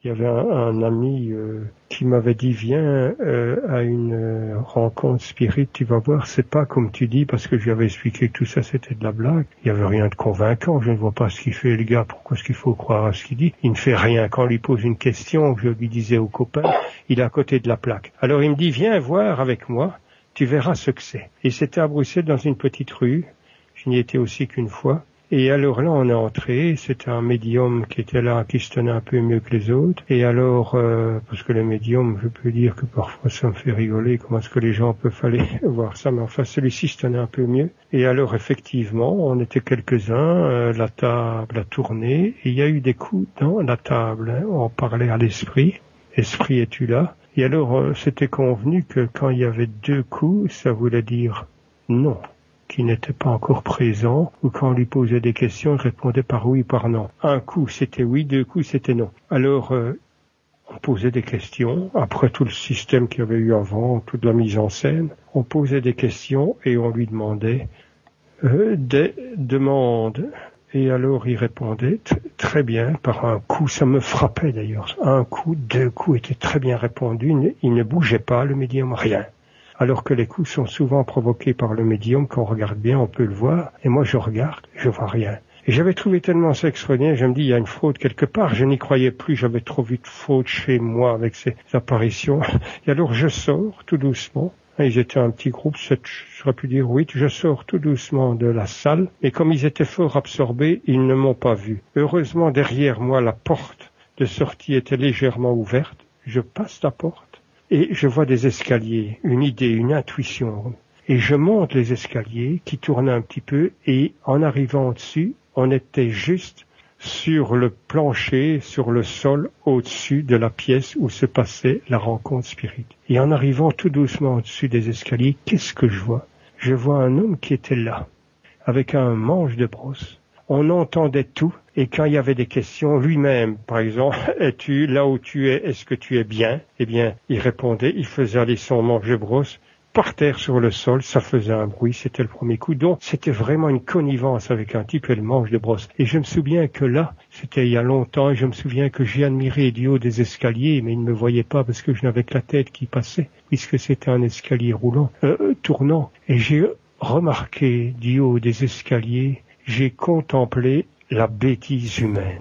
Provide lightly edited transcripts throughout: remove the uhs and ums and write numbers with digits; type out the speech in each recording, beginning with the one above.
y avait un ami qui m'avait dit viens à une rencontre spirit, tu vas voir, c'est pas comme tu dis, parce que je lui avais expliqué que tout ça c'était de la blague. Il y avait rien de convaincant, je ne vois pas ce qu'il fait le gars, pourquoi est-ce qu'il faut croire à ce qu'il dit? Il ne fait rien. Quand on lui pose une question, je lui disais au copain, il est à côté de la plaque. Alors il me dit viens voir avec moi, tu verras ce que c'est. Et c'était à Bruxelles dans une petite rue, je n'y étais aussi qu'une fois. Et alors là, on est entré, c'était un médium qui était là, qui se tenait un peu mieux que les autres. Et alors, parce que les médiums, je peux dire que parfois ça me fait rigoler, comment est-ce que les gens peuvent aller voir ça, mais enfin celui-ci se tenait un peu mieux. Et alors effectivement, on était quelques-uns, la table a tourné, et il y a eu des coups dans la table, hein, on parlait à l'esprit. Esprit, es-tu là? Et alors, c'était convenu que quand il y avait 2 coups, ça voulait dire non, qui n'était pas encore présent, ou quand on lui posait des questions, il répondait par oui, par non. Un coup, c'était oui, 2 coups, c'était non. Alors, on posait des questions, après tout le système qu'il y avait eu avant, toute la mise en scène, on posait des questions et on lui demandait des demandes. Et alors, il répondait très bien, par un coup, ça me frappait d'ailleurs. Un coup, 2 coups étaient très bien répondus, il ne bougeait pas, le médium, rien. Alors que les coups sont souvent provoqués par le médium, quand on regarde bien, on peut le voir. Et moi, je regarde, je vois rien. Et j'avais trouvé tellement ça extraordinaire, je me dis, il y a une fraude quelque part. Je n'y croyais plus, j'avais trop vu de fraude chez moi avec ces apparitions. Et alors, je sors tout doucement. Ils étaient un petit groupe, j'aurais pu dire 8. Je sors tout doucement de la salle. Et comme ils étaient fort absorbés, ils ne m'ont pas vu. Heureusement, derrière moi, la porte de sortie était légèrement ouverte. Je passe la porte. Et je vois des escaliers, une idée, une intuition. Et je monte les escaliers qui tournaient un petit peu et en arrivant au-dessus, on était juste sur le plancher, sur le sol, au-dessus de la pièce où se passait la rencontre spirit. Et en arrivant tout doucement au-dessus des escaliers, qu'est-ce que je vois? Je vois un homme qui était là, avec un manche de brosse. On entendait tout, et quand il y avait des questions, lui-même, par exemple, es-tu là où tu es, est-ce que tu es bien? Eh bien, il répondait, il faisait aller son manche de brosse par terre sur le sol, ça faisait un bruit, c'était le premier coup. Donc, c'était vraiment une connivence avec un type et le manche de brosse. Et je me souviens que là, c'était il y a longtemps, et je me souviens que j'ai admiré du haut des escaliers, mais il ne me voyait pas parce que je n'avais que la tête qui passait, puisque c'était un escalier tournant. Et j'ai remarqué du haut des escaliers, j'ai contemplé la bêtise humaine.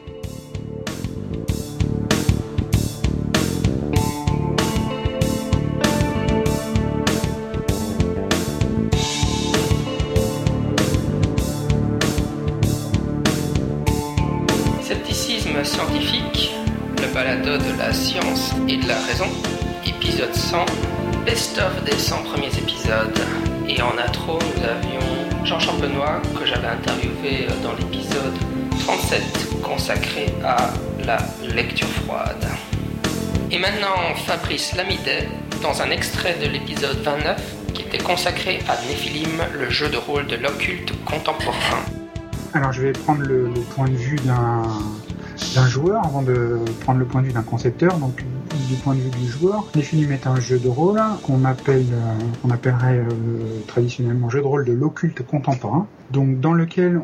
Scepticisme scientifique, le balado de la science et de la raison, épisode 100, best-of des 100 premiers épisodes. Et en intro, nous avions Jean Champenois, que j'avais interviewé dans l'épisode 37, consacré à la lecture froide. Et maintenant, Fabrice Lamidet, dans un extrait de l'épisode 29, qui était consacré à Néphilim, le jeu de rôle de l'occulte contemporain. Alors, je vais prendre le point de vue d'un joueur avant de prendre le point de vue d'un concepteur. Donc, du point de vue du joueur, Néphilim est un jeu de rôle qu'on appellerait traditionnellement jeu de rôle de l'occulte contemporain. Donc, dans lequel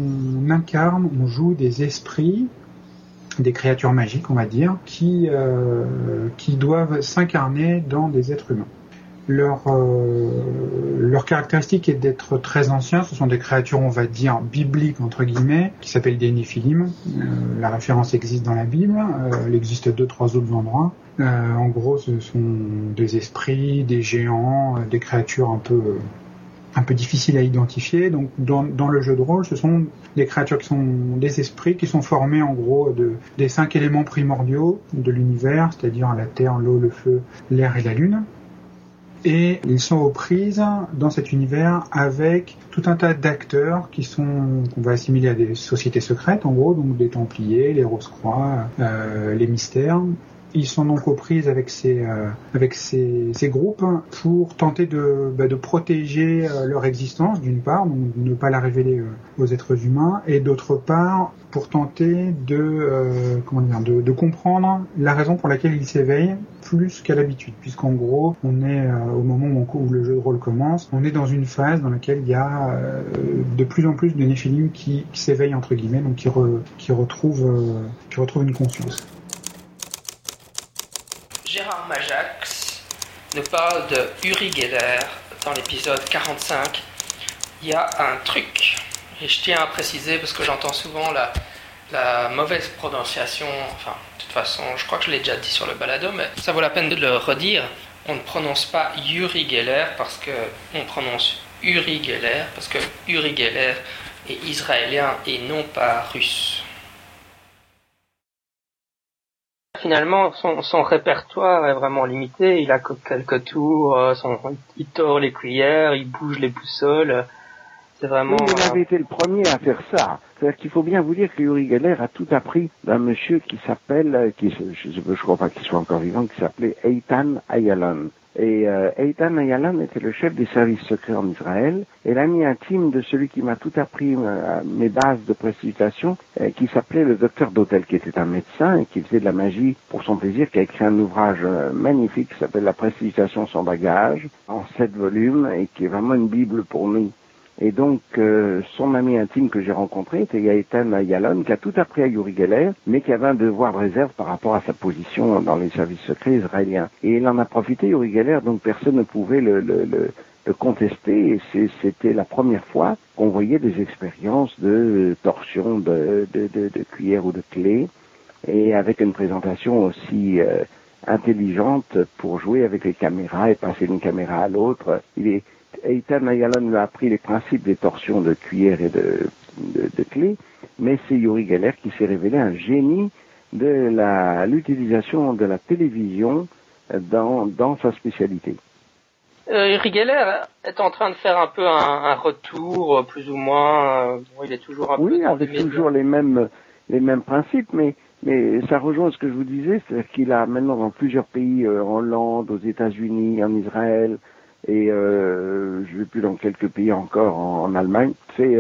on joue des esprits, des créatures magiques, on va dire, qui doivent s'incarner dans des êtres humains. Leur caractéristique est d'être très anciens. Ce sont des créatures, on va dire, bibliques, entre guillemets, qui s'appellent des Néphilim. La référence existe dans la Bible. Elle existe à 2-3 autres endroits. En gros, ce sont des esprits, des géants, des créatures un peu difficiles à identifier. Donc, dans le jeu de rôle, ce sont des créatures qui sont des esprits qui sont formés, en gros, des 5 éléments primordiaux de l'univers, c'est-à-dire la terre, l'eau, le feu, l'air et la lune. Et ils sont aux prises dans cet univers avec tout un tas d'acteurs qu'on va assimiler à des sociétés secrètes, en gros, donc des Templiers, les Rose-Croix, les Mystères. Ils sont donc aux prises avec ces groupes pour tenter de protéger leur existence, d'une part, donc ne pas la révéler aux êtres humains, et d'autre part, pour tenter de comprendre la raison pour laquelle ils s'éveillent plus qu'à l'habitude, puisqu'en gros, on est au moment où le jeu de rôle commence, on est dans une phase dans laquelle il y a de plus en plus de Néphilim qui s'éveillent, entre guillemets, donc qui retrouvent une conscience. Gérard Majax nous parle de Uri Geller dans l'épisode 45. Il y a un truc, et je tiens à préciser parce que j'entends souvent la mauvaise prononciation, enfin de toute façon je crois que je l'ai déjà dit sur le balado, mais ça vaut la peine de le redire. On ne prononce pas Uri Geller parce que on prononce Uri Geller parce que Uri Geller est israélien et non pas russe. Finalement, son répertoire est vraiment limité. Il a que quelques tours, il tord les cuillères, il bouge les boussoles. C'est vraiment... Oui, il avait été le premier à faire ça. C'est-à-dire qu'il faut bien vous dire que Uri Geller a tout appris d'un monsieur qui s'appelle, je crois pas qu'il soit encore vivant, qui s'appelait Eitan Ayalon. Et Eitan Ayalon était le chef des services secrets en Israël et l'ami intime de celui qui m'a tout appris mes bases de précipitation, qui s'appelait le docteur Dotel, qui était un médecin et qui faisait de la magie pour son plaisir, qui a écrit un ouvrage magnifique qui s'appelle La précipitation sans bagage, en 7 volumes, et qui est vraiment une bible pour nous. Et donc, son ami intime que j'ai rencontré était Eitan Ayalon, qui a tout appris à Uri Geller, mais qui avait un devoir de réserve par rapport à sa position dans les services secrets israéliens. Et il en a profité, Uri Geller, donc personne ne pouvait le contester, et c'était la première fois qu'on voyait des expériences de torsion de cuillère ou de clé, et avec une présentation aussi intelligente pour jouer avec les caméras et passer d'une caméra à l'autre. Eitan Ayalon lui a appris les principes des torsions de cuillère et de clé, mais c'est Uri Geller qui s'est révélé un génie de l'utilisation de la télévision dans sa spécialité. Uri Geller est en train de faire un peu un retour, plus ou moins. Il est toujours un peu... Oui, avec toujours les mêmes principes, mais ça rejoint ce que je vous disais, c'est-à-dire qu'il a maintenant dans plusieurs pays, en Hollande, aux États-Unis, en Israël, et je ne vais plus dans quelques pays encore en Allemagne, fait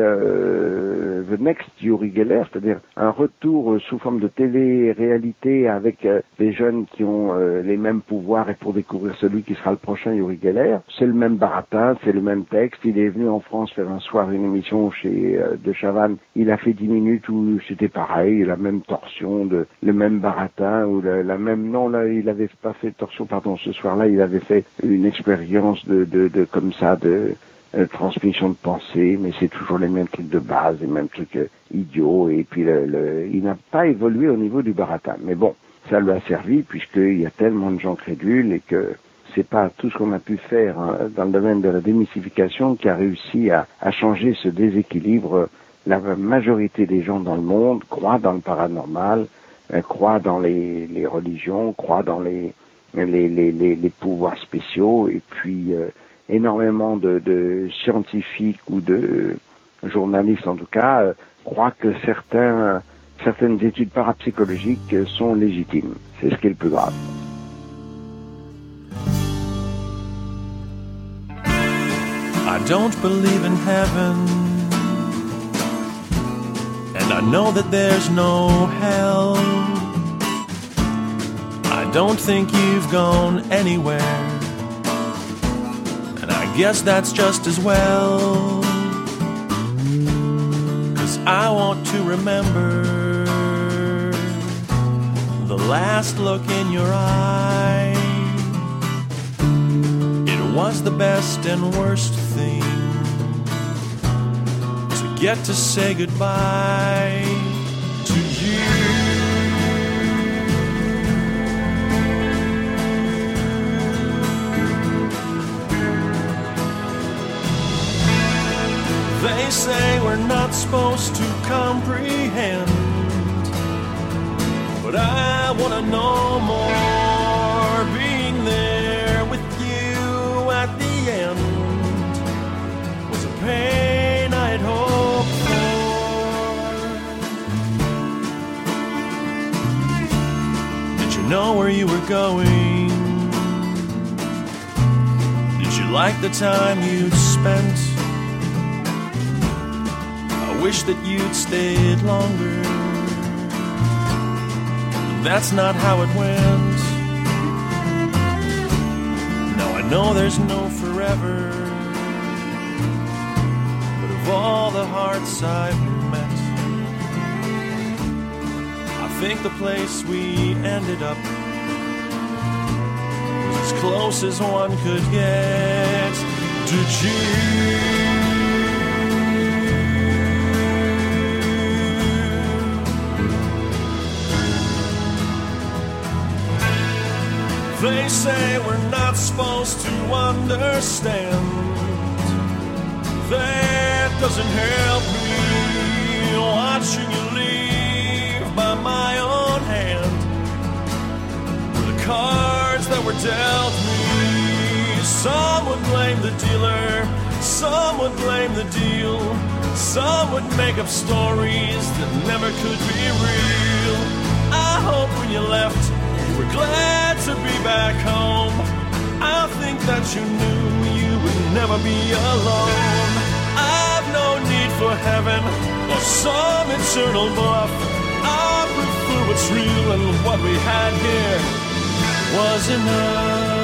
The Next Uri Geller, c'est-à-dire un retour sous forme de télé-réalité avec des jeunes qui ont les mêmes pouvoirs et pour découvrir celui qui sera le prochain Uri Geller. C'est le même baratin, c'est le même texte. Il est venu en France faire un soir une émission chez de Chavannes. Il a fait 10 minutes où c'était pareil, la même torsion, le même baratin, ou la même... Non, là, il avait pas fait de torsion, pardon, ce soir-là, il avait fait une expérience comme ça, de transmission de pensée, mais c'est toujours les mêmes trucs de base, les mêmes trucs idiots, et puis il n'a pas évolué au niveau du baratin. Mais bon, ça lui a servi, puisqu'il y a tellement de gens crédules, et que c'est pas tout ce qu'on a pu faire dans le domaine de la démystification qui a réussi à changer ce déséquilibre. La majorité des gens dans le monde croient dans le paranormal, croient dans les religions, croient dans les pouvoirs spéciaux, et puis énormément de scientifiques ou de journalistes en tout cas croient que certaines études parapsychologiques sont légitimes. C'est ce qui est le plus grave. I don't believe in heaven, and I know that there's no hell. I don't think you've gone anywhere, and I guess that's just as well, 'cause I want to remember the last look in your eye. It was the best and worst thing to get to say goodbye to you. They say we're not supposed to comprehend, but I want to know more. Being there with you at the end was a pain I'd hoped for. Did you know where you were going? Did you like the time you'd spent? I wish that you'd stayed longer. That's not how it went. Now I know there's no forever, but of all the hearts I've met, I think the place we ended up close as one could get to June. They say we're not supposed to understand. That doesn't help me, watching you leave by my own hand. The cards that were dealt me, some would blame the dealer, some would blame the deal, some would make up stories that never could be real. I hope when you left, you were glad to be back home. I think that you knew you would never be alone. I've no need for heaven or some eternal bluff. I prefer what's real, and what we had here was enough.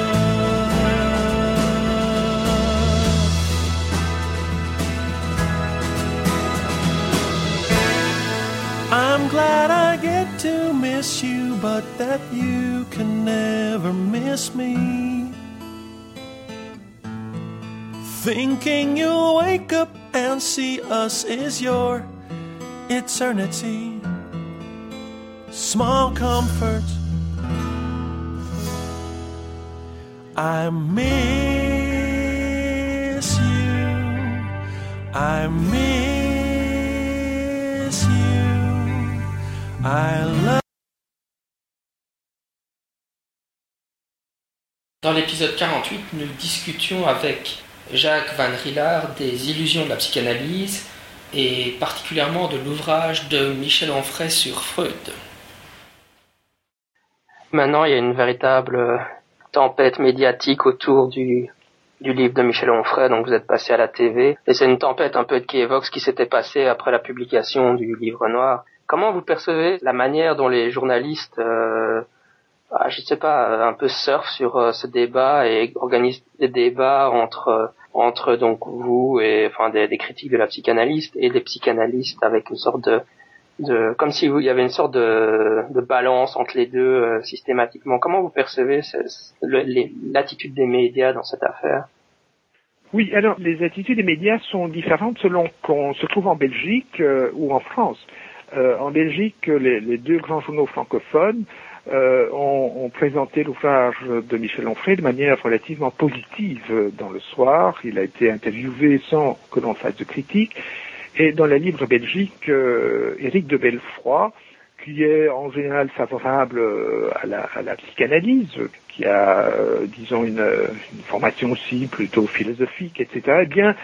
I'm glad I get to miss you, but that you can never miss me. Thinking you'll wake up and see us is your eternity. Small comfort, I miss you, I miss you, I love. Dans l'épisode 48, nous discutions avec Jacques Van Rillard des illusions de la psychanalyse et particulièrement de l'ouvrage de Michel Onfray sur Freud. Maintenant, il y a une véritable tempête médiatique autour du livre de Michel Onfray, donc vous êtes passé à la TV, et c'est une tempête un peu qui évoque ce qui s'était passé après la publication du livre noir. Comment vous percevez la manière dont les journalistes je sais pas, un peu surf sur ce débat et organise des débats entre donc vous et enfin des critiques de la psychanalyse et des psychanalystes avec une sorte de comme si il y avait une sorte de balance entre les deux systématiquement. Comment vous percevez l'attitude des médias dans cette affaire? Oui, alors les attitudes des médias sont différentes selon qu'on se trouve en Belgique ou en France. En Belgique, les deux grands journaux francophones ont présenté l'ouvrage de Michel Onfray de manière relativement positive dans le soir. Il a été interviewé sans que l'on fasse de critique. Et dans la Libre Belgique, Éric de Belfroy, qui est en général favorable à la psychanalyse, qui a, disons, une formation aussi plutôt philosophique, etc., eh bien,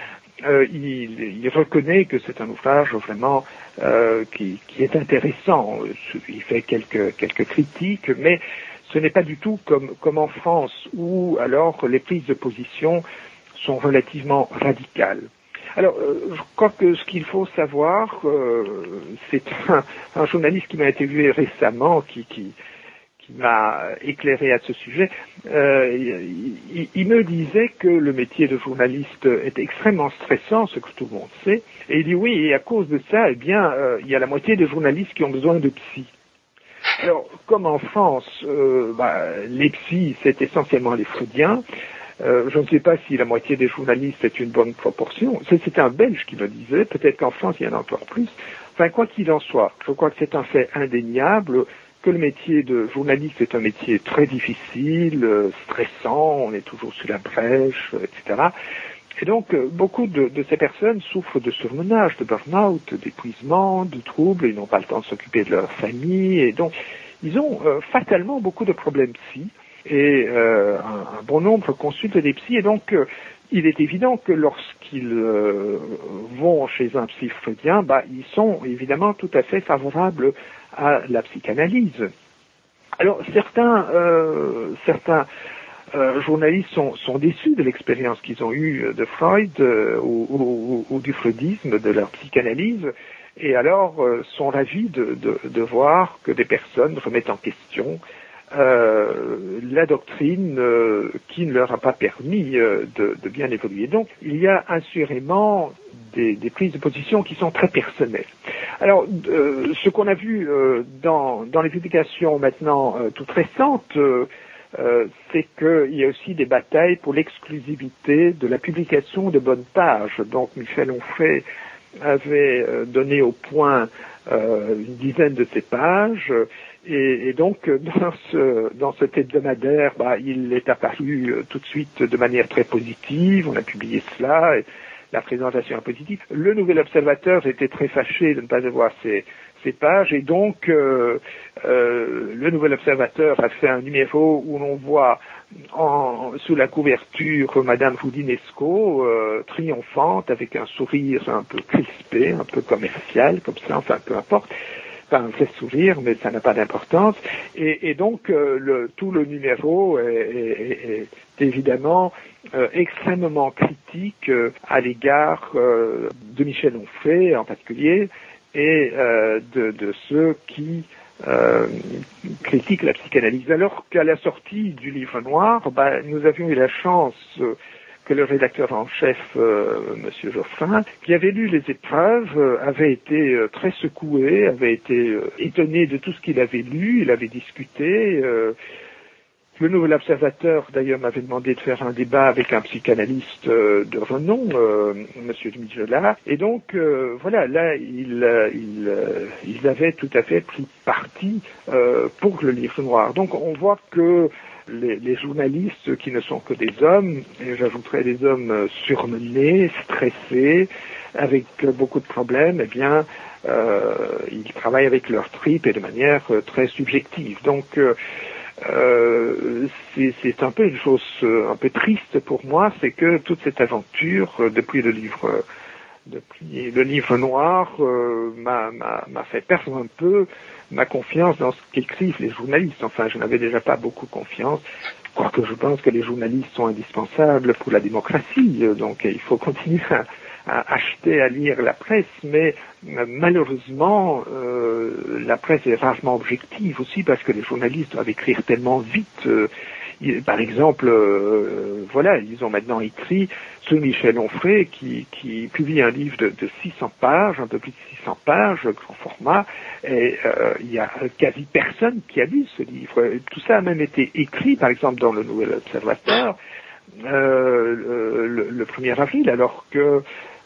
il reconnaît que c'est un ouvrage vraiment qui est intéressant. Il fait quelques critiques, mais ce n'est pas du tout comme en France, où alors les prises de position sont relativement radicales. Alors, je crois que ce qu'il faut savoir, c'est un journaliste qui m'a interviewé récemment, qui m'a éclairé à ce sujet. Il me disait que le métier de journaliste est extrêmement stressant, ce que tout le monde sait. Et il dit oui, et à cause de ça, eh bien, il y a la moitié des journalistes qui ont besoin de psy. Alors, comme en France, les psys, c'est essentiellement les freudiens. Je ne sais pas si la moitié des journalistes est une bonne proportion. C'était un Belge qui me disait, peut-être qu'en France il y en a encore plus. Enfin, quoi qu'il en soit, je crois que c'est un fait indéniable que le métier de journaliste est un métier très difficile, stressant, on est toujours sur la brèche, etc. Et donc, beaucoup de ces personnes souffrent de surmenage, de burn-out, d'épuisement, de troubles, ils n'ont pas le temps de s'occuper de leur famille, et donc ils ont fatalement beaucoup de problèmes psy. Et un bon nombre consultent des psys, et donc il est évident que lorsqu'ils vont chez un psy freudien, ils sont évidemment tout à fait favorables à la psychanalyse. Alors certains journalistes sont déçus de l'expérience qu'ils ont eue de Freud ou du freudisme, de leur psychanalyse, et alors sont ravis de voir que des personnes remettent en question la doctrine qui ne leur a pas permis de bien évoluer. Donc, il y a assurément des prises de position qui sont très personnelles. Alors, ce qu'on a vu dans les publications maintenant toutes récentes, c'est qu'il y a aussi des batailles pour l'exclusivité de la publication de bonnes pages. Donc Michel Onfray avait donné au point une dizaine de ces pages, et donc dans cet hebdomadaire, il est apparu tout de suite de manière très positive. On a publié cela, et la présentation est positive. Le Nouvel Observateur était très fâché de ne pas avoir ces pages, et donc le Nouvel Observateur a fait un numéro où l'on voit sous la couverture Madame Foudinesco triomphante, avec un sourire un peu crispé, un peu commercial, comme ça, enfin peu importe. Enfin, un vrai sourire, mais ça n'a pas d'importance. Et donc tout le numéro est évidemment extrêmement critique à l'égard de Michel Onfray en particulier, et de ceux qui critiquent la psychanalyse. Alors qu'à la sortie du livre noir, nous avions eu la chance que le rédacteur en chef, Monsieur Geoffrin, qui avait lu les épreuves, avait été très secoué, avait été étonné de tout ce qu'il avait lu, il avait discuté. Le Nouvel Observateur, d'ailleurs, m'avait demandé de faire un débat avec un psychanalyste de renom, Monsieur Mijola, et donc voilà, là, il avait tout à fait pris parti pour le livre noir. Donc, on voit que les journalistes, qui ne sont que des hommes, et j'ajouterais des hommes surmenés, stressés, avec beaucoup de problèmes, eh bien, ils travaillent avec leur tripes et de manière très subjective. Donc, c'est un peu une chose un peu triste pour moi, c'est que toute cette aventure depuis le livre noir m'a fait perdre un peu ma confiance dans ce qu'écrivent les journalistes. Enfin, je n'avais déjà pas beaucoup confiance, quoique je pense que les journalistes sont indispensables pour la démocratie, donc il faut continuer à acheter, à lire la presse, mais malheureusement, la presse est rarement objective aussi, parce que les journalistes doivent écrire tellement vite. Par exemple, voilà, ils ont maintenant écrit sur Michel Onfray, qui publie un livre de 600 pages, un peu plus de 600 pages, grand format, et il y a quasi personne qui a lu ce livre. Tout ça a même été écrit, par exemple, dans le Nouvel Observateur, le 1er avril, alors que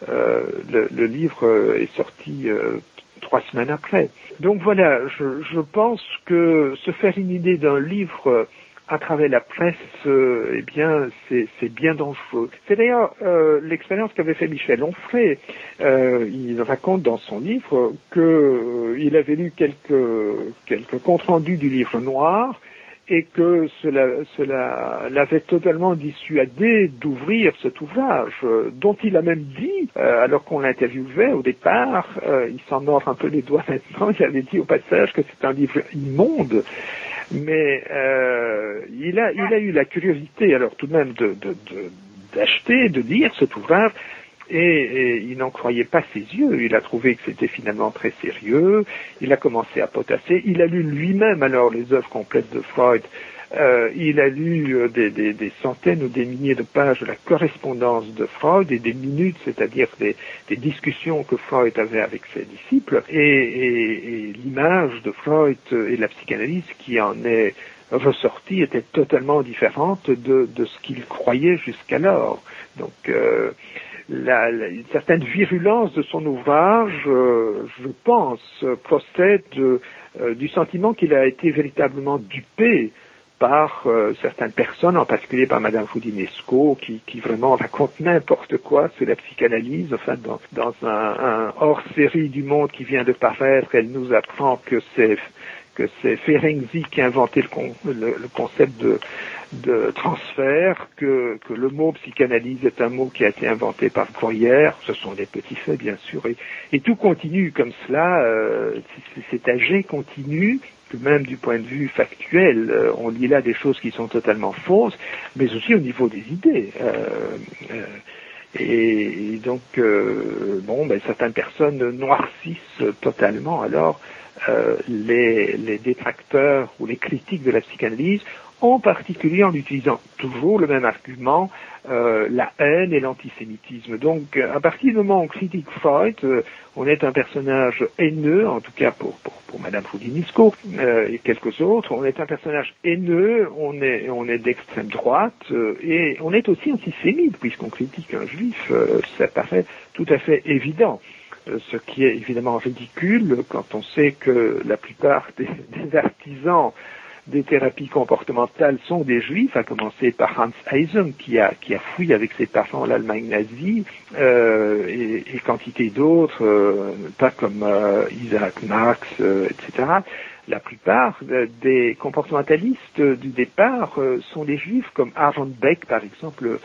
le livre est sorti 3 semaines après. Donc voilà, je pense que se faire une idée d'un livre à travers la presse, eh bien, c'est bien dangereux. C'est d'ailleurs l'expérience qu'avait fait Michel Onfray. Il raconte dans son livre que il avait lu quelques comptes rendus du livre noir, et que cela l'avait totalement dissuadé d'ouvrir cet ouvrage, dont il a même dit, alors qu'on l'interviewait au départ, il s'en mord un peu les doigts maintenant, il avait dit au passage que c'est un livre immonde, mais il a eu la curiosité, alors tout de même, d'acheter, de lire cet ouvrage, et il n'en croyait pas ses yeux. Il a trouvé que c'était finalement très sérieux. Il a commencé à potasser. Il a lu lui-même alors les œuvres complètes de Freud. Il a lu des centaines ou des milliers de pages de la correspondance de Freud et des minutes, c'est-à-dire des discussions que Freud avait avec ses disciples. Et l'image de Freud et de la psychanalyse qui en est ressortie était totalement différente de ce qu'il croyait jusqu'alors. Donc, une certaine virulence de son ouvrage, je pense, procède du sentiment qu'il a été véritablement dupé par certaines personnes, en particulier par Madame Foudinesco, qui vraiment raconte n'importe quoi sur la psychanalyse. Enfin, dans un hors-série du Monde qui vient de paraître, elle nous apprend que c'est Ferenczi qui a inventé le concept de transfert, que le mot psychanalyse est un mot qui a été inventé par Breuer. Ce sont des petits faits, bien sûr, et tout continue comme cela. Cet âge continue, que même du point de vue factuel, on lit là des choses qui sont totalement fausses, mais aussi au niveau des idées. Et donc, certaines personnes noircissent totalement alors les détracteurs ou les critiques de la psychanalyse, en particulier en utilisant toujours le même argument, la haine et l'antisémitisme. Donc, à partir du moment où on critique Freud, on est un personnage haineux, en tout cas pour Madame Foudinisco et quelques autres, on est un personnage haineux, on est d'extrême droite, et on est aussi antisémite, puisqu'on critique un juif, ça paraît tout à fait évident. Ce qui est évidemment ridicule quand on sait que la plupart des artisans des thérapies comportementales sont des juifs, à commencer par Hans Eising qui a fui avec ses parents l'Allemagne nazie, et quantité d'autres, pas comme Isaac Marx, etc. La plupart des comportementalistes du départ sont des juifs, comme Aaron Beck par exemple,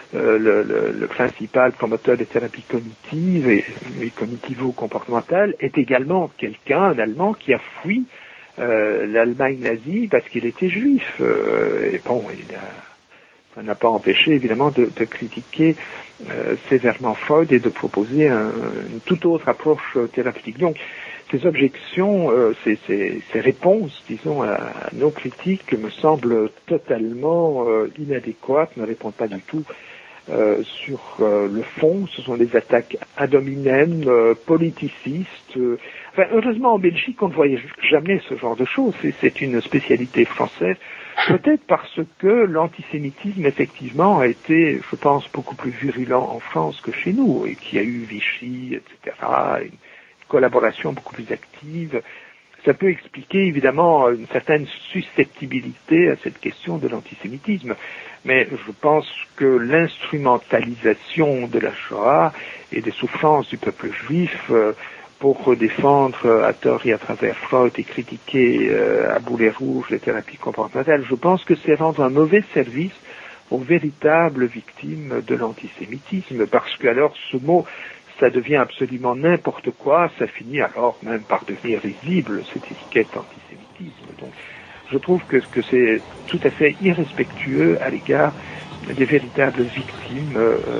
le principal promoteur des thérapies cognitives et cognitivo-comportementales, est également quelqu'un, un Allemand, qui a fui l'Allemagne nazie parce qu'il était juif. Et bon, ça n'a pas empêché évidemment de critiquer sévèrement Freud et de proposer une toute autre approche thérapeutique. Donc, ces objections, ces réponses, disons, à nos critiques me semblent totalement inadéquates, ne répondent pas du tout sur le fond. Ce sont des attaques ad hominem, politicistes. Enfin, heureusement, en Belgique, on ne voyait jamais ce genre de choses. C'est une spécialité française. Peut-être parce que l'antisémitisme, effectivement, a été, je pense, beaucoup plus virulent en France que chez nous, et qu'il y a eu Vichy, etc., une collaboration beaucoup plus active. Ça peut expliquer, évidemment, une certaine susceptibilité à cette question de l'antisémitisme. Mais je pense que l'instrumentalisation de la Shoah et des souffrances du peuple juif pour défendre à tort et à travers Freud et critiquer à boulet rouge les thérapies comportementales, je pense que c'est rendre un mauvais service aux véritables victimes de l'antisémitisme, parce que alors ce mot, ça devient absolument n'importe quoi, ça finit alors même par devenir risible, cette étiquette antisémitisme. Donc, je trouve que c'est tout à fait irrespectueux à l'égard des véritables victimes,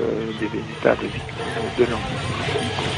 de l'antisémitisme.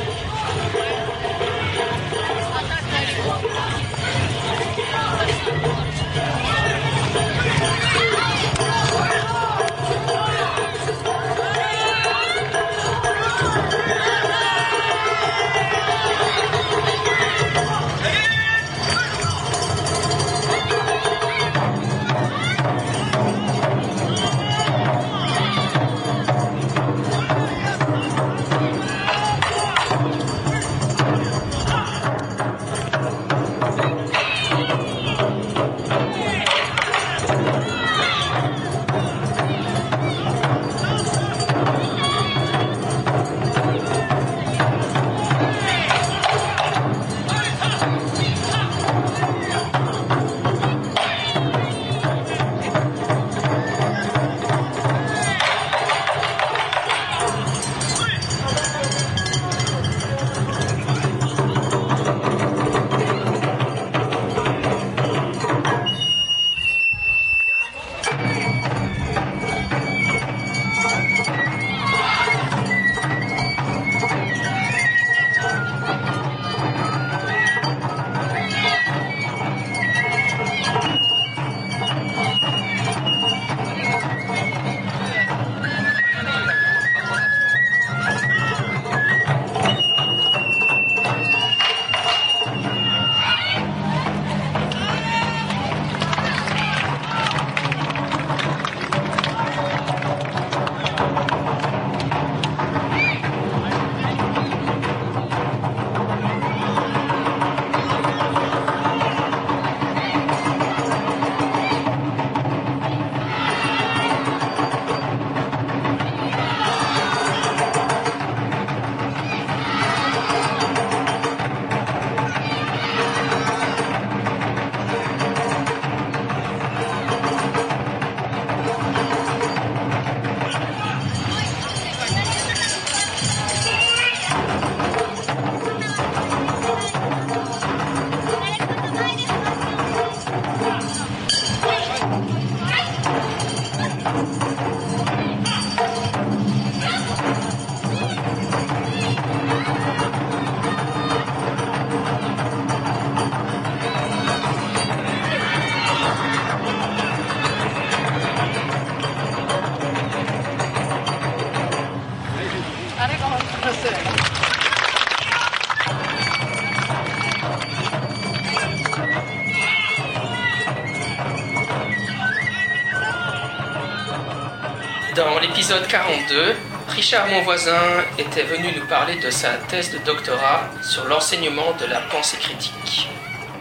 Dans l'épisode 42, Richard Monvoisin était venu nous parler de sa thèse de doctorat sur l'enseignement de la pensée critique.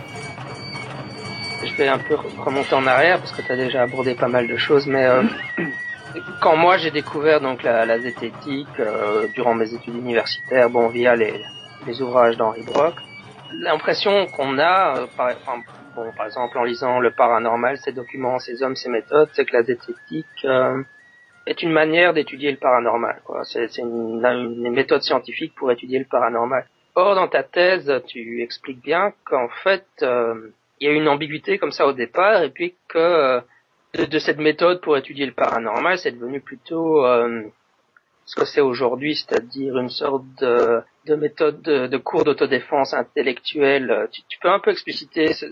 Je vais un peu remonter en arrière parce que tu as déjà abordé pas mal de choses, mais quand moi j'ai découvert donc la zététique durant mes études universitaires, via les ouvrages d'Henri Brock, l'impression qu'on a, par exemple en lisant Le Paranormal, ses documents, ses hommes, ses méthodes, c'est que la zététique est une manière d'étudier le paranormal, quoi. C'est une méthode scientifique pour étudier le paranormal. Or, dans ta thèse, tu expliques bien qu'en fait, il y a une ambiguïté comme ça au départ, et puis que de cette méthode pour étudier le paranormal, c'est devenu plutôt ce que c'est aujourd'hui, c'est-à-dire une sorte de méthode de cours d'autodéfense intellectuelle. Tu peux un peu expliciter ce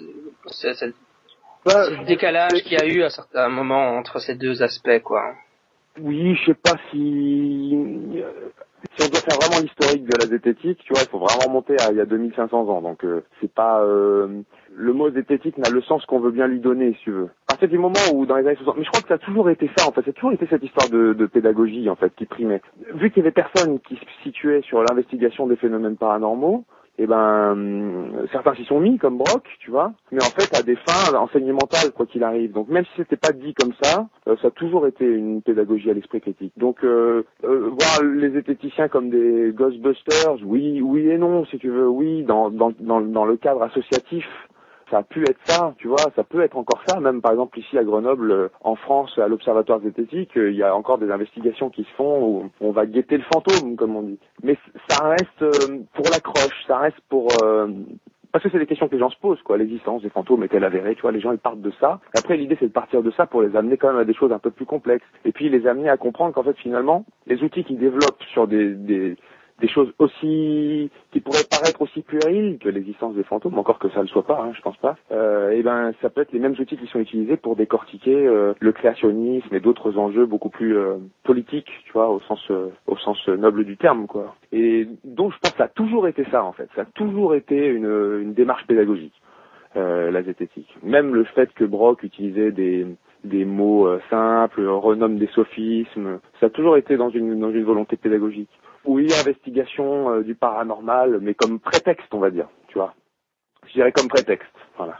décalage qu'il y a eu à certains moments entre ces deux aspects, quoi. Oui, je sais pas si on doit faire vraiment l'historique de la zététique, tu vois, il faut vraiment monter à il y a 2500 ans. Donc c'est pas le mot zététique n'a le sens qu'on veut bien lui donner, si tu veux. À partir du moment où dans les années 60, mais je crois que ça a toujours été ça en fait, ça a toujours été cette histoire de pédagogie en fait qui primait. Vu qu'il y avait personne qui se situait sur l'investigation des phénomènes paranormaux, certains s'y sont mis comme Brock, tu vois, mais en fait à des fins enseignementales quoi qu'il arrive. Donc même si c'était pas dit comme ça, ça a toujours été une pédagogie à l'esprit critique. Donc voir les zététiciens comme des Ghostbusters, oui et non si tu veux, oui dans le cadre associatif. Ça a pu être ça, tu vois, ça peut être encore ça. Même par exemple ici à Grenoble, en France, à l'Observatoire zététique, il y a encore des investigations qui se font où on va guetter le fantôme, comme on dit. Mais ça reste pour l'accroche, ça reste pour... parce que c'est des questions que les gens se posent, quoi. L'existence des fantômes est-elle avérée, tu vois, les gens ils partent de ça. Après l'idée c'est de partir de ça pour les amener quand même à des choses un peu plus complexes. Et puis les amener à comprendre qu'en fait finalement, les outils qu'ils développent sur des choses aussi qui pourraient paraître aussi puériles que l'existence des fantômes, encore que ça le soit pas, je pense pas. Ça peut être les mêmes outils qui sont utilisés pour décortiquer le créationnisme et d'autres enjeux beaucoup plus politiques, tu vois, au sens noble du terme, quoi. Et donc je pense que ça a toujours été ça en fait, ça a toujours été une démarche pédagogique, la zététique. Même le fait que Brock utilisait des mots simples, renomme des sophismes, ça a toujours été dans une volonté pédagogique. Oui, investigation du paranormal, mais comme prétexte, on va dire, tu vois. Je dirais comme prétexte, voilà.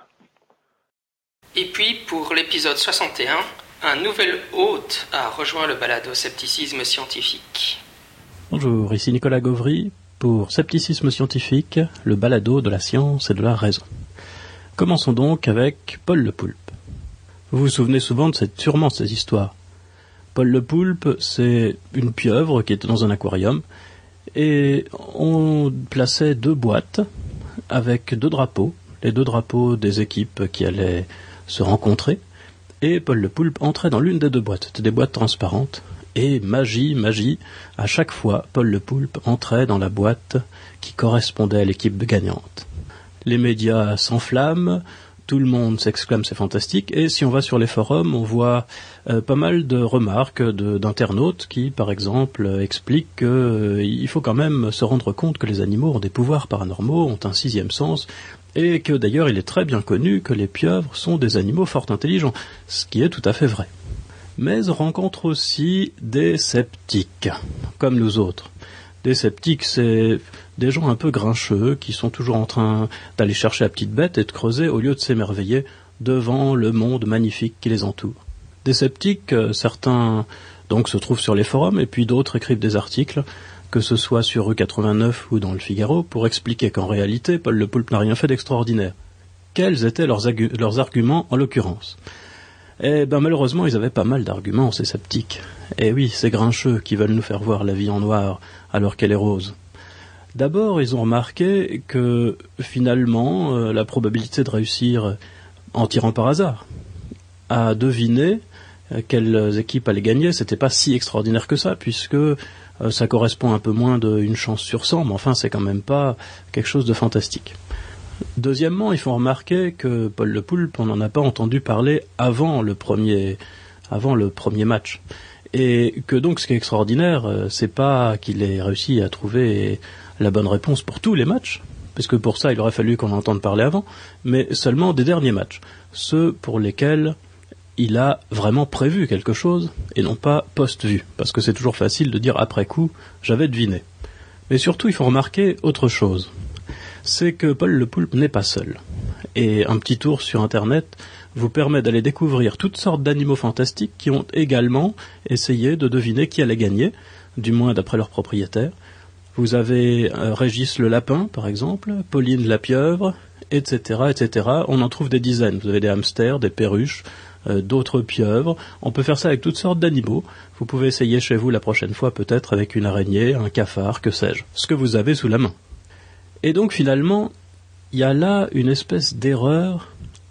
Et puis, pour l'épisode 61, un nouvel hôte a rejoint le balado Scepticisme scientifique. Bonjour, ici Nicolas Gauvry pour Scepticisme scientifique, le balado de la science et de la raison. Commençons donc avec Paul le Poulpe. Vous vous souvenez sûrement de ces histoires. Paul le Poulpe, c'est une pieuvre qui était dans un aquarium, et on plaçait 2 boîtes avec 2 drapeaux, les 2 drapeaux des équipes qui allaient se rencontrer, et Paul le Poulpe entrait dans l'une des 2 boîtes. C'était des boîtes transparentes, et magie, à chaque fois, Paul le Poulpe entrait dans la boîte qui correspondait à l'équipe gagnante. Les médias s'enflamment, tout le monde s'exclame c'est fantastique, et si on va sur les forums, on voit pas mal de remarques d'internautes qui, par exemple, expliquent qu'il faut quand même se rendre compte que les animaux ont des pouvoirs paranormaux, ont un 6e sens, et que d'ailleurs il est très bien connu que les pieuvres sont des animaux fort intelligents, ce qui est tout à fait vrai. Mais on rencontre aussi des sceptiques, comme nous autres. Des sceptiques, c'est des gens un peu grincheux qui sont toujours en train d'aller chercher la petite bête et de creuser au lieu de s'émerveiller devant le monde magnifique qui les entoure. Des sceptiques, certains donc se trouvent sur les forums et puis d'autres écrivent des articles, que ce soit sur Rue 89 ou dans le Figaro, pour expliquer qu'en réalité, Paul le Poulpe n'a rien fait d'extraordinaire. Quels étaient leurs arguments en l'occurrence ? Malheureusement, ils avaient pas mal d'arguments, ces sceptiques. Et oui, ces grincheux qui veulent nous faire voir la vie en noir alors qu'elle est rose. D'abord, ils ont remarqué que, finalement, la probabilité de réussir en tirant par hasard, à deviner quelles équipes allaient gagner, c'était pas si extraordinaire que ça, puisque ça correspond un peu moins d'une chance sur 100, mais enfin, c'est quand même pas quelque chose de fantastique. Deuxièmement, ils font remarquer que Paul le Poulpe, on n'en a pas entendu parler avant le premier match. Et que donc, ce qui est extraordinaire, c'est pas qu'il ait réussi à trouver la bonne réponse pour tous les matchs, parce que pour ça, il aurait fallu qu'on entende parler avant, mais seulement des derniers matchs, ceux pour lesquels il a vraiment prévu quelque chose et non pas post-vu, parce que c'est toujours facile de dire après coup « j'avais deviné ». Mais surtout, il faut remarquer autre chose, c'est que Paul Le Poulpe n'est pas seul. Et un petit tour sur Internet vous permet d'aller découvrir toutes sortes d'animaux fantastiques qui ont également essayé de deviner qui allait gagner, du moins d'après leur propriétaire. Vous avez Régis le lapin, par exemple, Pauline la pieuvre, etc., etc. On en trouve des dizaines. Vous avez des hamsters, des perruches, d'autres pieuvres. On peut faire ça avec toutes sortes d'animaux. Vous pouvez essayer chez vous la prochaine fois, peut-être avec une araignée, un cafard, que sais-je. Ce que vous avez sous la main. Et donc, finalement, il y a là une espèce d'erreur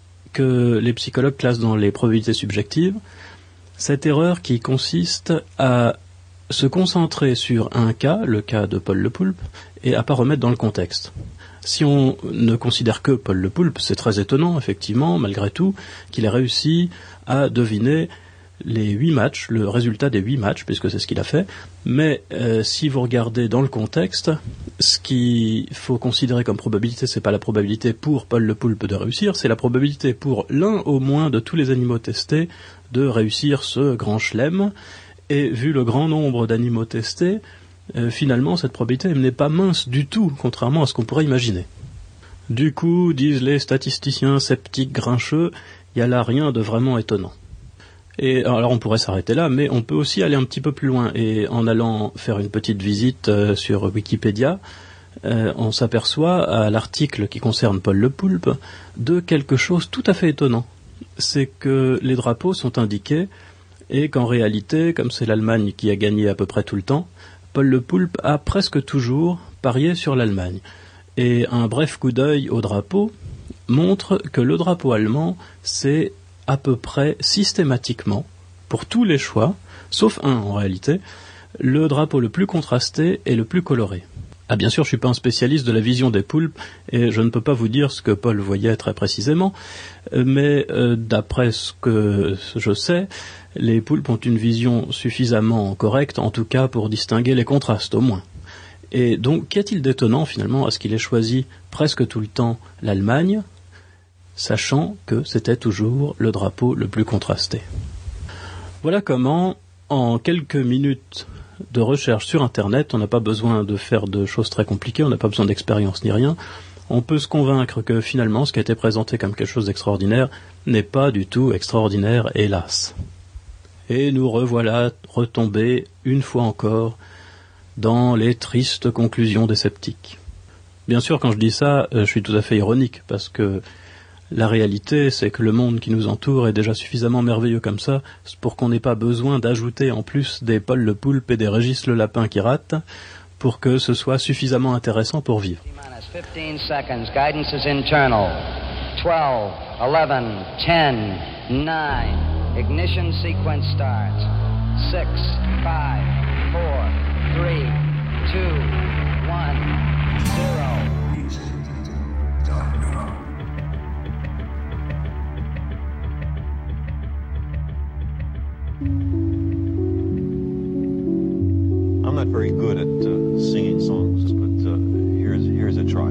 que les psychologues classent dans les probabilités subjectives. Cette erreur qui consiste à se concentrer sur un cas, le cas de Paul Le Poulpe, et à pas remettre dans le contexte. Si on ne considère que Paul Le Poulpe, c'est très étonnant, effectivement, malgré tout, qu'il ait réussi à deviner les 8 matchs, le résultat des 8 matchs, puisque c'est ce qu'il a fait. Mais si vous regardez dans le contexte, ce qu'il faut considérer comme probabilité, c'est pas la probabilité pour Paul Le Poulpe de réussir, c'est la probabilité pour l'un au moins de tous les animaux testés de réussir ce grand chelem. Et vu le grand nombre d'animaux testés, finalement, cette probabilité n'est pas mince du tout, contrairement à ce qu'on pourrait imaginer. Du coup, disent les statisticiens sceptiques grincheux, il n'y a là rien de vraiment étonnant. Et alors on pourrait s'arrêter là, mais on peut aussi aller un petit peu plus loin. Et en allant faire une petite visite sur Wikipédia, on s'aperçoit à l'article qui concerne Paul Le Poulpe de quelque chose tout à fait étonnant. C'est que les drapeaux sont indiqués et qu'en réalité, comme c'est l'Allemagne qui a gagné à peu près tout le temps, Paul Le Poulpe a presque toujours parié sur l'Allemagne. Et un bref coup d'œil au drapeau montre que le drapeau allemand, c'est à peu près systématiquement, pour tous les choix, sauf un en réalité, le drapeau le plus contrasté et le plus coloré. Ah bien sûr, je suis pas un spécialiste de la vision des poulpes, et je ne peux pas vous dire ce que Paul voyait très précisément, mais d'après ce que je sais, les poulpes ont une vision suffisamment correcte, en tout cas pour distinguer les contrastes au moins. Et donc, qu'y a-t-il d'étonnant finalement à ce qu'il ait choisi presque tout le temps l'Allemagne, sachant que c'était toujours le drapeau le plus contrasté. Voilà comment, en quelques minutes de recherche sur Internet, on n'a pas besoin de faire de choses très compliquées, on n'a pas besoin d'expérience ni rien, on peut se convaincre que finalement ce qui a été présenté comme quelque chose d'extraordinaire n'est pas du tout extraordinaire, hélas. Et nous revoilà retombés, une fois encore, dans les tristes conclusions des sceptiques. Bien sûr, quand je dis ça, je suis tout à fait ironique, parce que la réalité, c'est que le monde qui nous entoure est déjà suffisamment merveilleux comme ça, pour qu'on n'ait pas besoin d'ajouter en plus des Paul Le Poulpe et des Régis le lapin qui ratent, pour que ce soit suffisamment intéressant pour vivre. 15 seconds. Guidance is internal. 12, 11, 10, 9. Ignition sequence starts. 6, 5, 4, 3, 2, 1, 0. I'm not very good at singing songs, but here's a try.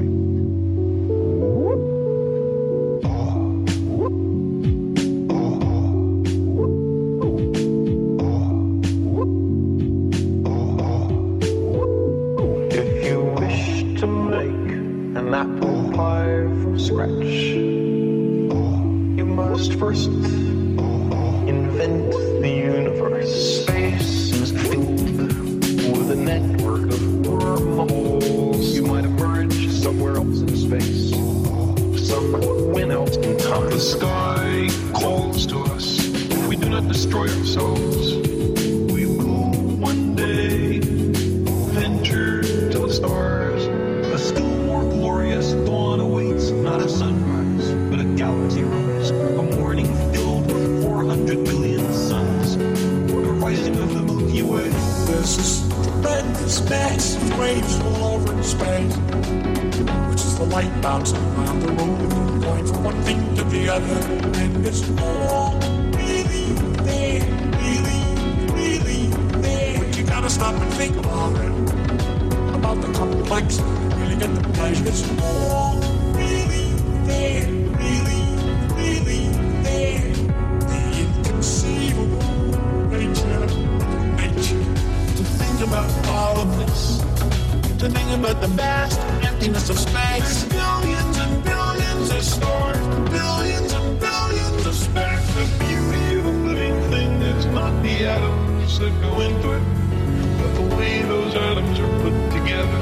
If you wish to make an apple pie from scratch, you must first invent the universe. Space is filled with a network of wormholes. You might emerge somewhere else in space. Some win out in time. The sky calls to us. If we do not destroy ourselves, we will one day venture to the stars. A still more glorious dawn awaits. Not a sunrise, but a galaxy rise. A morning filled with 400 billion suns. The rising of the Milky Way. This tremendous massive waves all over space, which is the light bouncing around the room, going from one thing to the other, and it's all really there, really there. But you gotta stop and think about it, about the complexity, really get the pleasure. It's all really there, really there. The To think about the vast emptiness of space. Billions and billions of stars, billions and billions of specks. The beauty of a living thing is not the atoms that go into it, but the way those atoms are put together.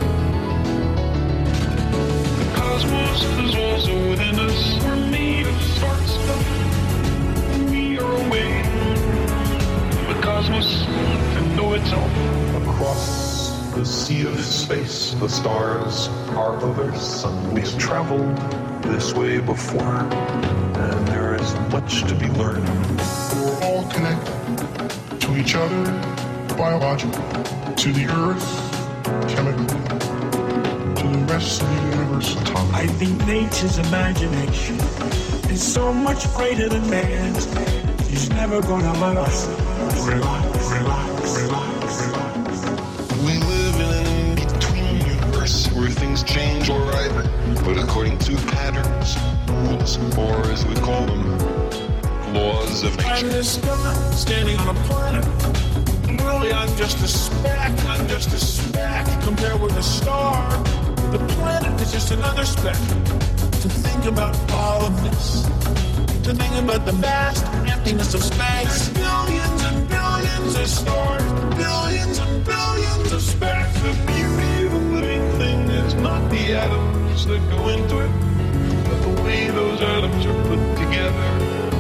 The cosmos is also within us. We're made of star stuff. We are away. The cosmos can know itself. Across the sea of space, the stars are other suns. We've traveled this way before, and there is much to be learned. We're all connected to each other, biologically, to the earth, chemically, to the rest of the universe, atomically. I think nature's imagination is so much greater than man's. He's never gonna let us relax, relax, relax, relax. We live in an in-between universe where things change alright, but according to patterns, rules, or as we call them, laws of nature. I'm this guy standing on a planet. Really, I'm just a speck. I'm just a speck compared with a star. The planet is just another speck. To think about all of this, to think about the vast emptiness of space. Billions and billions of stars, billions and billions of specks. The beauty of a living thing is not the atoms that go into it, but the way those atoms are put together.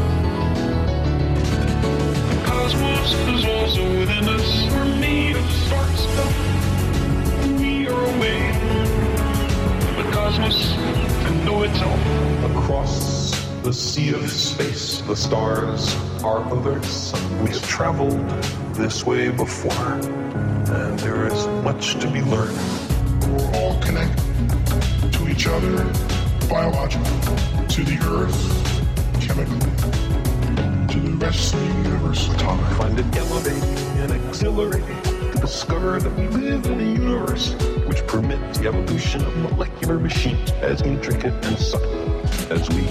The cosmos is also within us. We're made of star stuff. We are away. The cosmos can know itself. Across the sea of space, the stars are other suns. We've traveled this way before, and there is much to be learned. We're all connected to each other, biologically, to the earth, chemically, to the rest of the universe, atomically. I find it elevating and exhilarating to discover that we live in a universe which permits the evolution of molecular machines as intricate and subtle as we.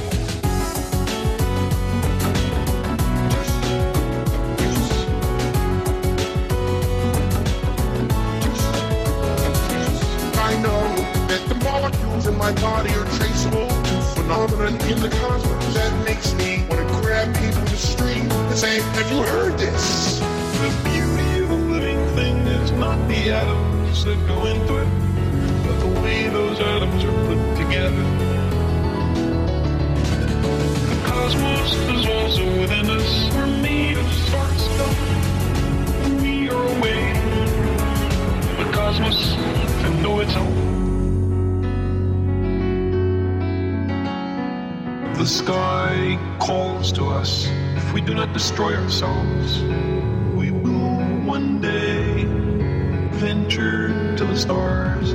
In my body are traceable to phenomenon in the cosmos that makes me want to grab people in the street and say, have you heard this? The beauty of a living thing is not the atoms that go into it, but the way those atoms are put together. The cosmos is also within us. We're made of star stuff. We are away. The cosmos can know itself. The sky calls to us. If we do not destroy ourselves, we will one day venture to the stars.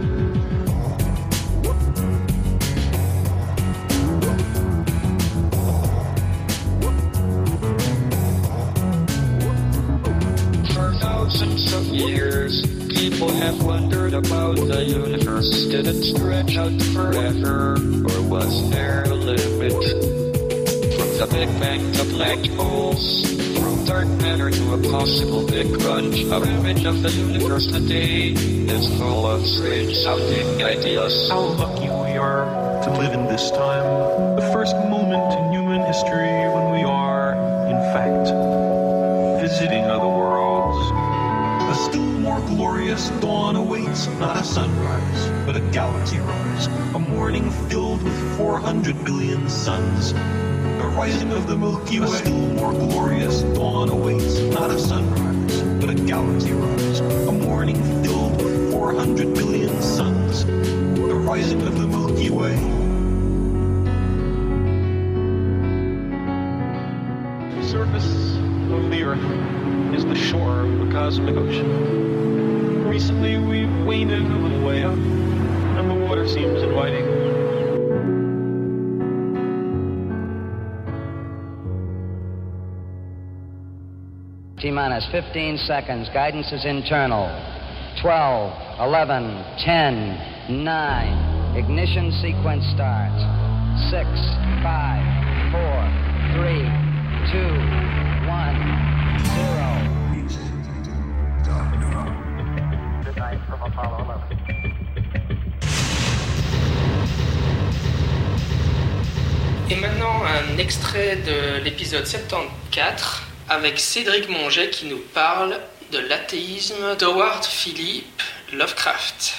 For thousands of years, people have wondered about the universe. Did it stretch out forever, or was there a limit? From the Big Bang to black holes, from dark matter to a possible Big Crunch, our image of the universe today is full of strange sounding ideas. How lucky we are to live in this time, the first moment in human history when we are, in fact, visiting other worlds. A still more glorious dawn awaits, not a sunrise, but a galaxy rise. A morning filled with 400 billion suns. The rising of the Milky Way. A still more glorious dawn awaits, not a sunrise, but a galaxy rise. A morning filled with 400 billion suns. The rising of the Milky Way. The surface of the Earth is the shore of the cosmic ocean. Recently we've waded a little way up, and the water seems inviting. T-minus 15 seconds. Guidance is internal. 12, 11, 10, 9. Ignition sequence starts. 6, 5, 4, 3, 2, 1, 0. Good night from Apollo 11. Et maintenant, un extrait de l'épisode 74 avec Cédric Monget qui nous parle de l'athéisme d'Howard Philip Lovecraft.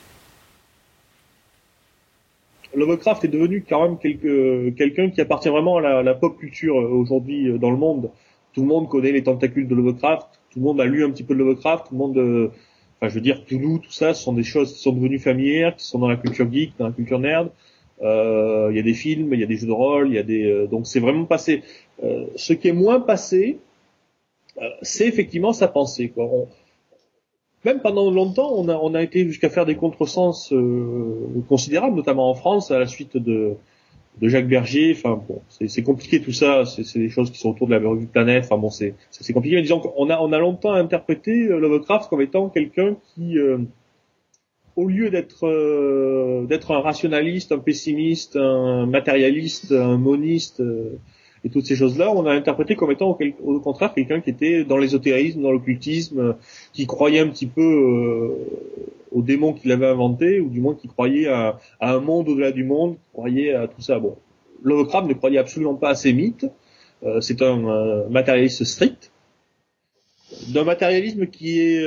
Lovecraft est devenu quand même quelqu'un qui appartient vraiment à la pop culture aujourd'hui dans le monde. Tout le monde connaît les tentacules de Lovecraft, tout le monde a lu un petit peu de Lovecraft, tout le monde, Cthulhu, tout ça, ce sont des choses qui sont devenues familières, qui sont dans la culture geek, dans la culture nerd. Il y a des films, il y a des jeux de rôle, il y a donc c'est vraiment passé. Ce qui est moins passé, c'est effectivement sa pensée, quoi. Même pendant longtemps, on a été jusqu'à faire des contresens considérables, notamment en France, à la suite de Jacques Bergier. Enfin bon, c'est compliqué tout ça. C'est des choses qui sont autour de la revue Planète. Enfin bon, c'est compliqué. Mais disons qu'on a longtemps interprété Lovecraft comme étant quelqu'un qui, au lieu d'être un rationaliste, un pessimiste, un matérialiste, un moniste et toutes ces choses-là, on a interprété comme étant au contraire quelqu'un qui était dans l'ésotérisme, dans l'occultisme, qui croyait un petit peu aux démons qu'il avait inventés, ou du moins qui croyait à un monde au-delà du monde, qui croyait à tout ça. Bon, Lovecraft ne croyait absolument pas à ces mythes. C'est un matérialiste strict, d'un matérialisme qui est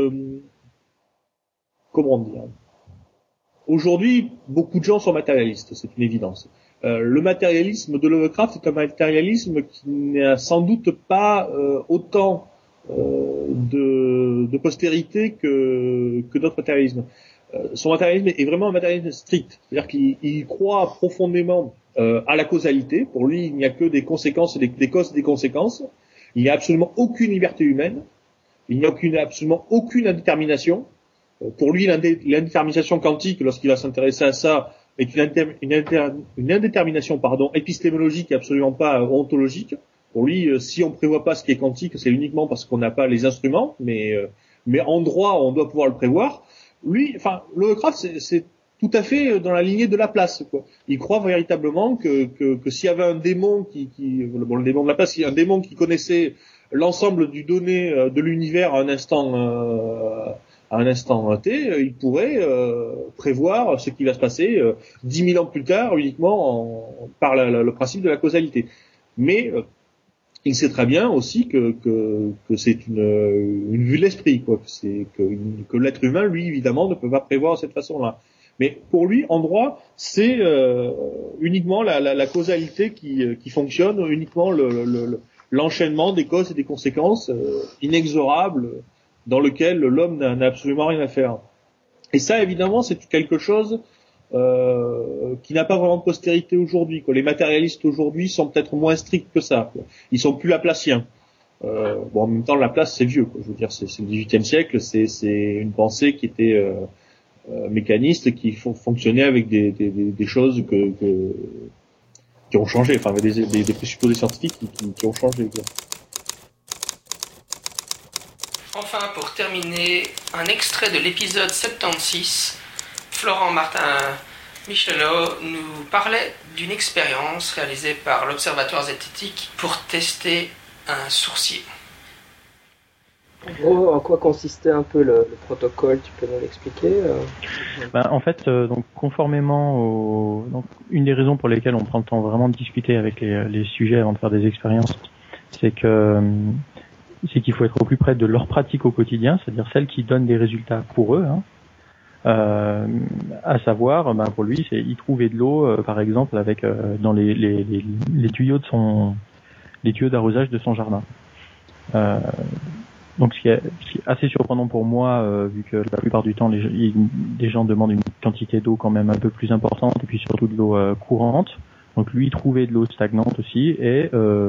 comment dire. Aujourd'hui, beaucoup de gens sont matérialistes, c'est une évidence. Le matérialisme de Lovecraft est un matérialisme qui n'a sans doute pas autant de postérité que d'autres matérialismes. Son matérialisme est vraiment un matérialisme strict, c'est-à-dire qu'il croit profondément à la causalité. Pour lui, il n'y a que des conséquences, des causes et des conséquences. Il n'y a absolument aucune liberté humaine. Il n'y a absolument aucune indétermination. Pour lui, l'indétermination quantique, lorsqu'il va s'intéresser à ça, est une indétermination épistémologique et absolument pas ontologique. Pour lui, si on prévoit pas ce qui est quantique, c'est uniquement parce qu'on n'a pas les instruments, mais en droit, on doit pouvoir le prévoir. Lui, Lovecraft, c'est tout à fait dans la lignée de Laplace, quoi. Il croit véritablement que s'il y avait un démon le démon de Laplace, s'il y a un démon qui connaissait l'ensemble du donné de l'univers à un instant T, il pourrait prévoir ce qui va se passer 10 000 ans plus tard uniquement par le principe de la causalité. Mais il sait très bien aussi que c'est une vue de l'esprit, quoi. Que l'être humain, lui, évidemment, ne peut pas prévoir de cette façon-là. Mais pour lui, en droit, c'est uniquement la causalité qui fonctionne, uniquement l'enchaînement des causes et des conséquences inexorables dans lequel l'homme n'a absolument rien à faire. Et ça, évidemment, c'est quelque chose qui n'a pas vraiment de postérité aujourd'hui, quoi. Les matérialistes aujourd'hui sont peut-être moins stricts que ça, quoi. Ils sont plus laplaciens. En même temps, Laplace, c'est vieux, quoi. Je veux dire, c'est le XVIIIe siècle, c'est une pensée qui était mécaniste, qui fonctionnait avec des choses qui ont changé, enfin, avec des présupposés scientifiques qui ont changé, quoi. Enfin, pour terminer, un extrait de l'épisode 76, Florent Martin-Michelot nous parlait d'une expérience réalisée par l'Observatoire zététique pour tester un sourcier. En gros, en quoi consistait un peu le protocole? Tu peux nous l'expliquer? En fait, donc conformément donc une des raisons pour lesquelles on prend le temps vraiment de discuter avec les sujets avant de faire des expériences, c'est qu'il faut être au plus près de leur pratique au quotidien, c'est-à-dire celle qui donne des résultats pour eux, hein. À savoir, pour lui, c'est y trouver de l'eau, par exemple, avec dans les tuyaux les tuyaux d'arrosage de son jardin. Donc, ce qui est assez surprenant pour moi, vu que la plupart du temps, les gens demandent une quantité d'eau quand même un peu plus importante, et puis surtout de l'eau courante. Donc, lui, trouver de l'eau stagnante aussi, et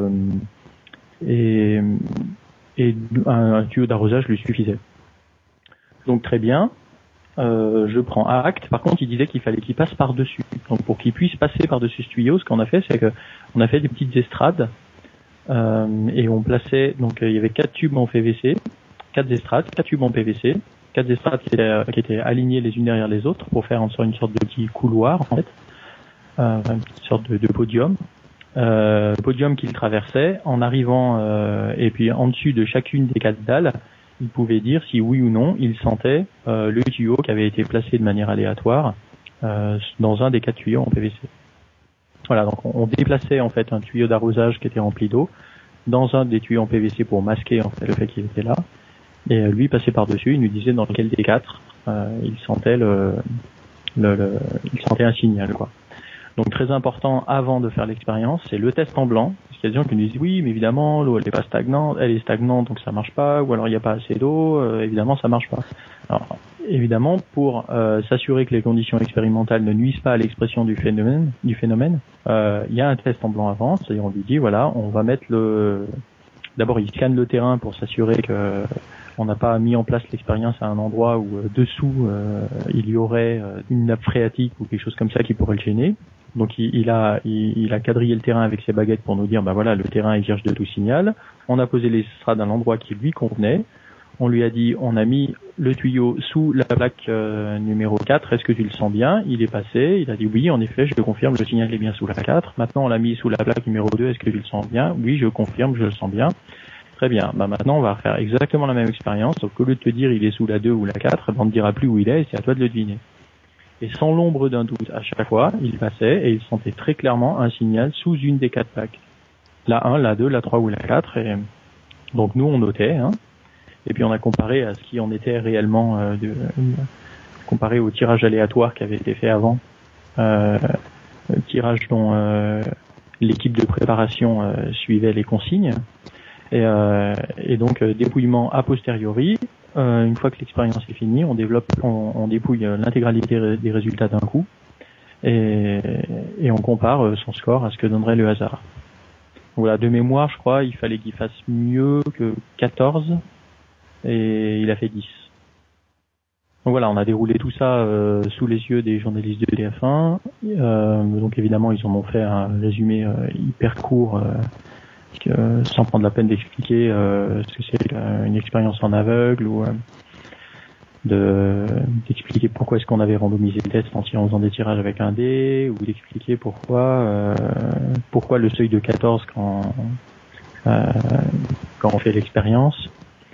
un tuyau d'arrosage lui suffisait. Donc très bien, je prends acte. Par contre, il disait qu'il fallait qu'il passe par-dessus. Donc pour qu'il puisse passer par-dessus ce tuyau, ce qu'on a fait, c'est que on a fait des petites estrades et on plaçait. Donc il y avait 4 tubes en PVC, 4 estrades, 4 tubes en PVC, 4 estrades qui étaient alignées les unes derrière les autres pour faire une sorte de petit couloir en fait, une sorte de podium. Podium qu'il traversait en arrivant et puis en dessus de chacune des 4 dalles, il pouvait dire si oui ou non il sentait le tuyau qui avait été placé de manière aléatoire dans un des 4 tuyaux en PVC. Voilà, donc on déplaçait en fait un tuyau d'arrosage qui était rempli d'eau dans un des tuyaux en PVC pour masquer en fait le fait qu'il était là. Et lui passait par-dessus, il nous disait dans lequel des quatre il sentait il sentait un signal, quoi. Donc très important avant de faire l'expérience, c'est le test en blanc. Parce qu'il y a des gens qui nous disent oui, mais évidemment l'eau elle est pas stagnante, elle est stagnante donc ça marche pas, ou alors il n'y a pas assez d'eau, évidemment ça marche pas. Alors évidemment pour s'assurer que les conditions expérimentales ne nuisent pas à l'expression du phénomène, il y a un test en blanc avant, c'est-à-dire on lui dit voilà, on va mettre d'abord il scanne le terrain pour s'assurer que on n'a pas mis en place l'expérience à un endroit où dessous il y aurait une nappe phréatique ou quelque chose comme ça qui pourrait le gêner. Donc il a quadrillé le terrain avec ses baguettes pour nous dire bah voilà, le terrain est vierge de tout signal. On a posé les estrades à l'endroit qui lui convenait. On lui a dit on a mis le tuyau sous la plaque numéro 4, est-ce que tu le sens bien? Il est passé, il a dit oui en effet je le confirme, le signal est bien sous la 4. Maintenant on l'a mis sous la plaque numéro 2, est-ce que tu le sens bien? Oui je confirme, je le sens bien. Très bien, bah maintenant on va faire exactement la même expérience, sauf qu'au lieu de te dire il est sous la 2 ou la 4, on ne te dira plus où il est et c'est à toi de le deviner. Et sans l'ombre d'un doute, à chaque fois, il passait et il sentait très clairement un signal sous une des 4 plaques. La 1, la 2, la 3 ou la 4. Et donc nous on notait, hein, et puis on a comparé à ce qui en était réellement, comparé au tirage aléatoire qui avait été fait avant, tirage dont l'équipe de préparation suivait les consignes. Et donc dépouillement a posteriori, une fois que l'expérience est finie, on dépouille l'intégralité des résultats d'un coup et on compare son score à ce que donnerait le hasard. Voilà, de mémoire, je crois, il fallait qu'il fasse mieux que 14 et il a fait 10. Donc voilà, on a déroulé tout ça sous les yeux des journalistes de TF1. Donc évidemment, ils en ont fait un résumé hyper court sans prendre la peine d'expliquer ce que c'est une expérience en aveugle ou d'expliquer pourquoi est-ce qu'on avait randomisé le test en faisant des tirages avec un dé, ou d'expliquer pourquoi le seuil de 14 quand on fait l'expérience.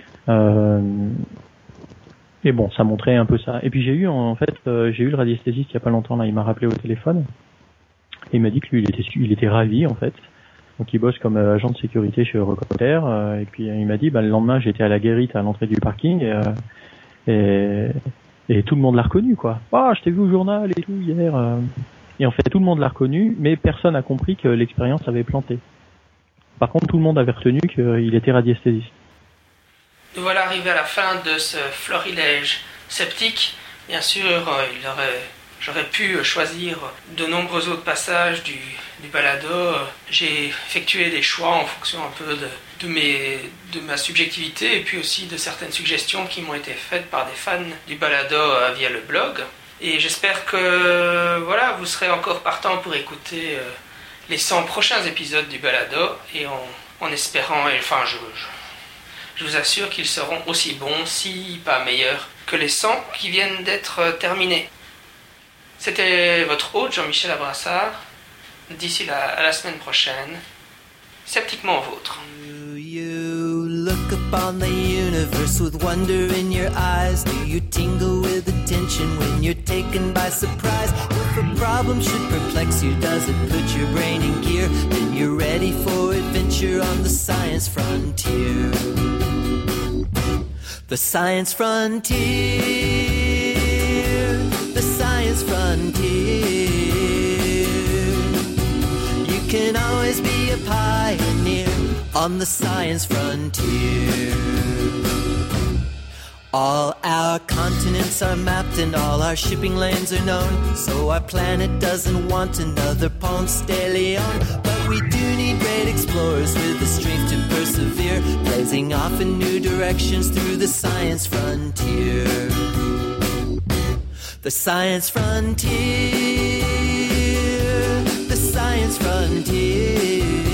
Et bon, ça montrait un peu ça. Et puis j'ai eu le radiesthésiste il y a pas longtemps là, il m'a rappelé au téléphone et il m'a dit que lui il était ravi en fait. Donc il bosse comme agent de sécurité chez Eurocopter, et puis il m'a dit le lendemain j'étais à la guérite à l'entrée du parking et tout le monde l'a reconnu quoi. Ah, je t'ai vu au journal et tout hier. Et en fait tout le monde l'a reconnu, mais personne n'a compris que l'expérience avait planté. Par contre tout le monde avait retenu qu'il était radiesthésiste. Nous voilà arrivés à la fin de ce florilège sceptique. Bien sûr, j'aurais pu choisir de nombreux autres passages du balado. J'ai effectué des choix en fonction un peu de ma subjectivité et puis aussi de certaines suggestions qui m'ont été faites par des fans du balado via le blog. Et j'espère que vous serez encore partants pour écouter les 100 prochains épisodes du balado et en espérant, je vous assure qu'ils seront aussi bons, si pas meilleurs, que les 100 qui viennent d'être terminés. C'était votre hôte Jean-Michel Abrassard. D'ici à la semaine prochaine, sceptiquement vôtre. You look upon the universe with wonder in your eyes. Do you tingle with attention when you're taken by surprise? If a problem should perplex you, does it put your brain in gear? Then you're ready for adventure on the science frontier. The science frontier. The science frontier. You can always be a pioneer on the science frontier. All our continents are mapped and all our shipping lanes are known, so our planet doesn't want another Ponce de Leon. But we do need great explorers with the strength to persevere, blazing off in new directions through the science frontier. The science frontier. The science frontier.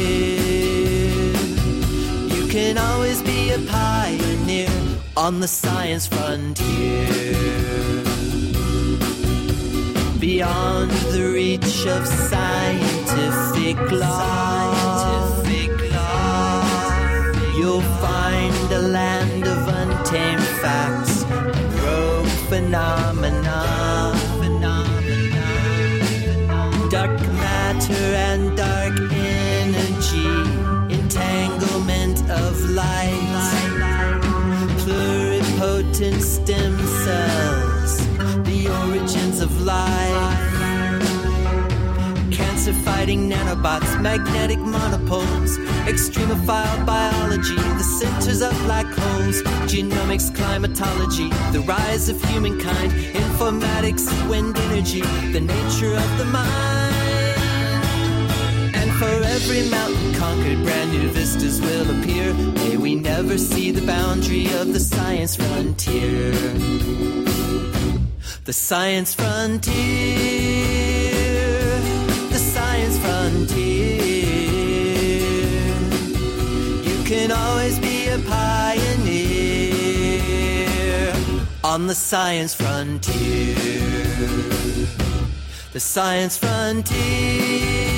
You can always be a pioneer on the science frontier. Beyond the reach of scientific law, you'll find a land of untamed facts, rogue phenomena, dark matter and of light, pluripotent stem cells, the origins of life. Cancer-fighting nanobots, magnetic monopoles, extremophile biology, the centers of black holes, genomics, climatology, the rise of humankind, informatics, wind energy, the nature of the mind. And for every mountain conquered, brand new vistas will appear. May we never see the boundary of the science frontier. The science frontier. Science frontier. You can always be a pioneer on the science frontier. The science frontier.